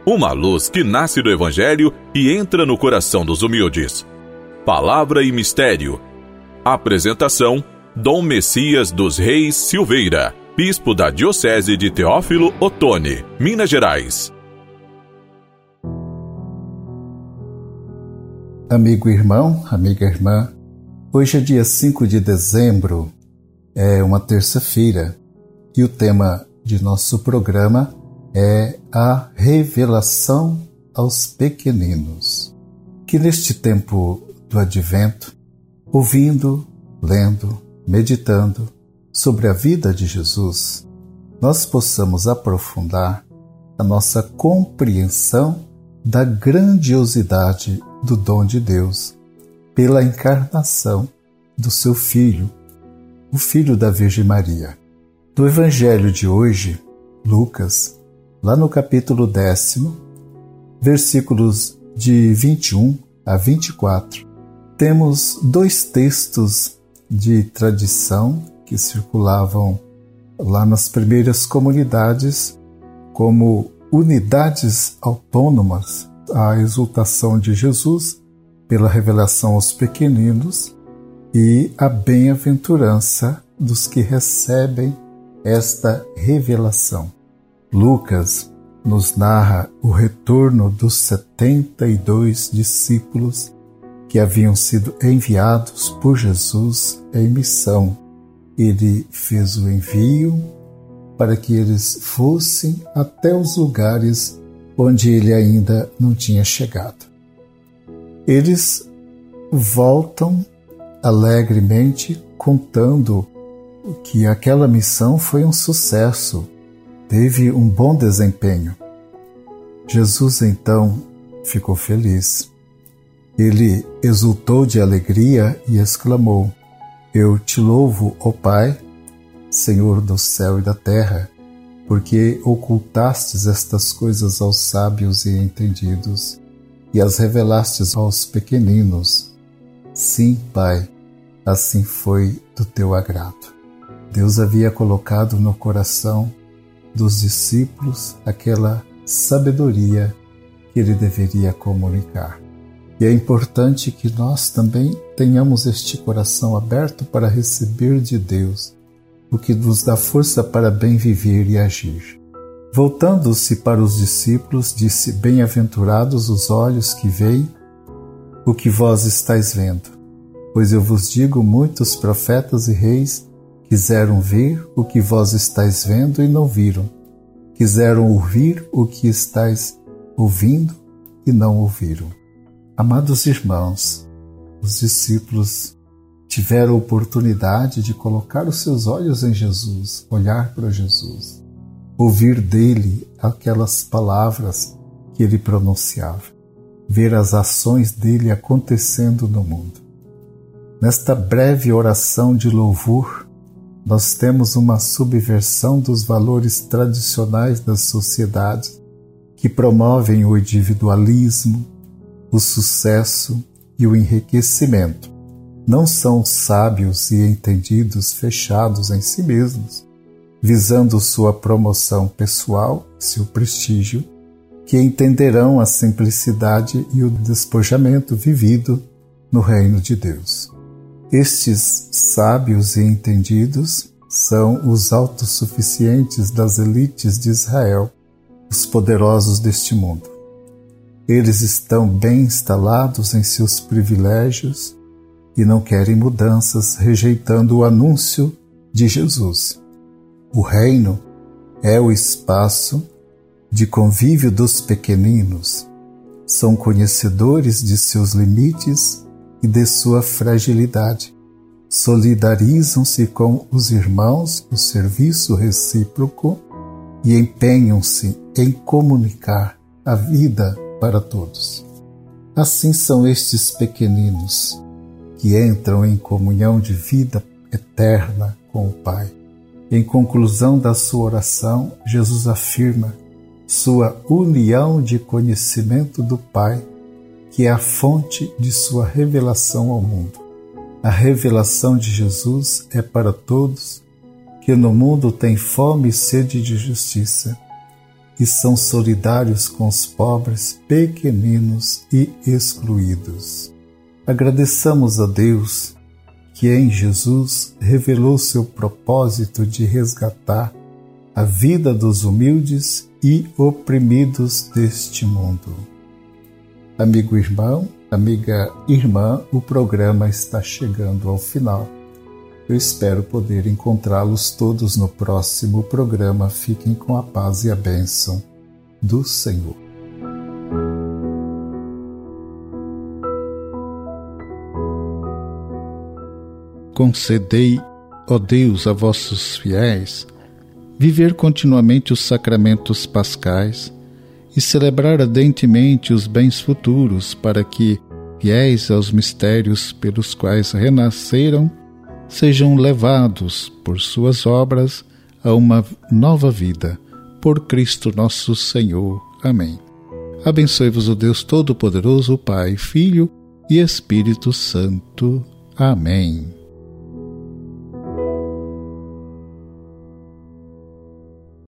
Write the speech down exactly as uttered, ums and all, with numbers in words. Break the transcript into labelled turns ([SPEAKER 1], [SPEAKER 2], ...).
[SPEAKER 1] uma luz que nasce do Evangelho e entra no coração dos humildes. Palavra e Mistério. Apresentação: Dom Messias dos Reis Silveira, bispo da Diocese de Teófilo Otoni, Minas Gerais.
[SPEAKER 2] Amigo irmão, amiga irmã, hoje é dia cinco de dezembro, é uma terça-feira, e o tema de nosso programa é a revelação aos pequeninos. Que neste tempo do Advento, ouvindo, lendo, meditando sobre a vida de Jesus, nós possamos aprofundar a nossa compreensão da grandiosidade do dom de Deus pela encarnação do seu Filho, o Filho da Virgem Maria. No Evangelho de hoje, Lucas, lá no capítulo décimo, versículos de vinte e um a vinte e quatro, temos dois textos de tradição que circulavam lá nas primeiras comunidades como unidades autônomas, a exultação de Jesus pela revelação aos pequeninos e a bem-aventurança dos que recebem esta revelação. Lucas nos narra o retorno dos setenta e dois discípulos que haviam sido enviados por Jesus em missão. Ele fez o envio para que eles fossem até os lugares onde ele ainda não tinha chegado. Eles voltam alegremente contando que aquela missão foi um sucesso, teve um bom desempenho. Jesus então ficou feliz. Ele exultou de alegria e exclamou: Eu te louvo, ó Pai, Senhor do céu e da terra, porque ocultastes estas coisas aos sábios e entendidos e as revelastes aos pequeninos. Sim, Pai, assim foi do teu agrado. Deus havia colocado no coração dos discípulos aquela sabedoria que ele deveria comunicar. E é importante que nós também tenhamos este coração aberto para receber de Deus o que nos dá força para bem viver e agir. Voltando-se para os discípulos, disse: Bem-aventurados os olhos que veem o que vós estáis vendo. Pois eu vos digo, muitos profetas e reis quiseram ver o que vós estáis vendo e não viram. Quiseram ouvir o que estáis ouvindo e não ouviram. Amados irmãos, os discípulos tiveram a oportunidade de colocar os seus olhos em Jesus, olhar para Jesus, ouvir dele aquelas palavras que ele pronunciava, ver as ações dele acontecendo no mundo. Nesta breve oração de louvor, nós temos uma subversão dos valores tradicionais das sociedades que promovem o individualismo, o sucesso e o enriquecimento. Não são sábios e entendidos fechados em si mesmos, visando sua promoção pessoal, seu prestígio, que entenderão a simplicidade e o despojamento vivido no reino de Deus. Estes sábios e entendidos são os autossuficientes das elites de Israel, os poderosos deste mundo. Eles estão bem instalados em seus privilégios e não querem mudanças, rejeitando o anúncio de Jesus. O reino é o espaço de convívio dos pequeninos. São conhecedores de seus limites e de sua fragilidade. Solidarizam-se com os irmãos no serviço recíproco e empenham-se em comunicar a vida para todos. Assim são estes pequeninos que entram em comunhão de vida eterna com o Pai. Em conclusão da sua oração, Jesus afirma sua união de conhecimento do Pai, que é a fonte de sua revelação ao mundo. A revelação de Jesus é para todos que no mundo tem fome e sede de justiça. e são solidários com os pobres, pequeninos e excluídos. Agradeçamos a Deus que em Jesus revelou seu propósito de resgatar a vida dos humildes e oprimidos deste mundo. Amigo irmão, amiga irmã, o programa está chegando ao final. Eu espero poder encontrá-los todos no próximo programa. Fiquem com a paz e a bênção do Senhor. Concedei, ó Deus, a vossos fiéis, viver continuamente os sacramentos pascais e celebrar ardentemente os bens futuros, para que, fiéis aos mistérios pelos quais renasceram, sejam levados por suas obras a uma nova vida, por Cristo nosso Senhor. Amém. Abençoe-vos o Deus Todo-Poderoso, Pai, Filho e Espírito Santo. Amém.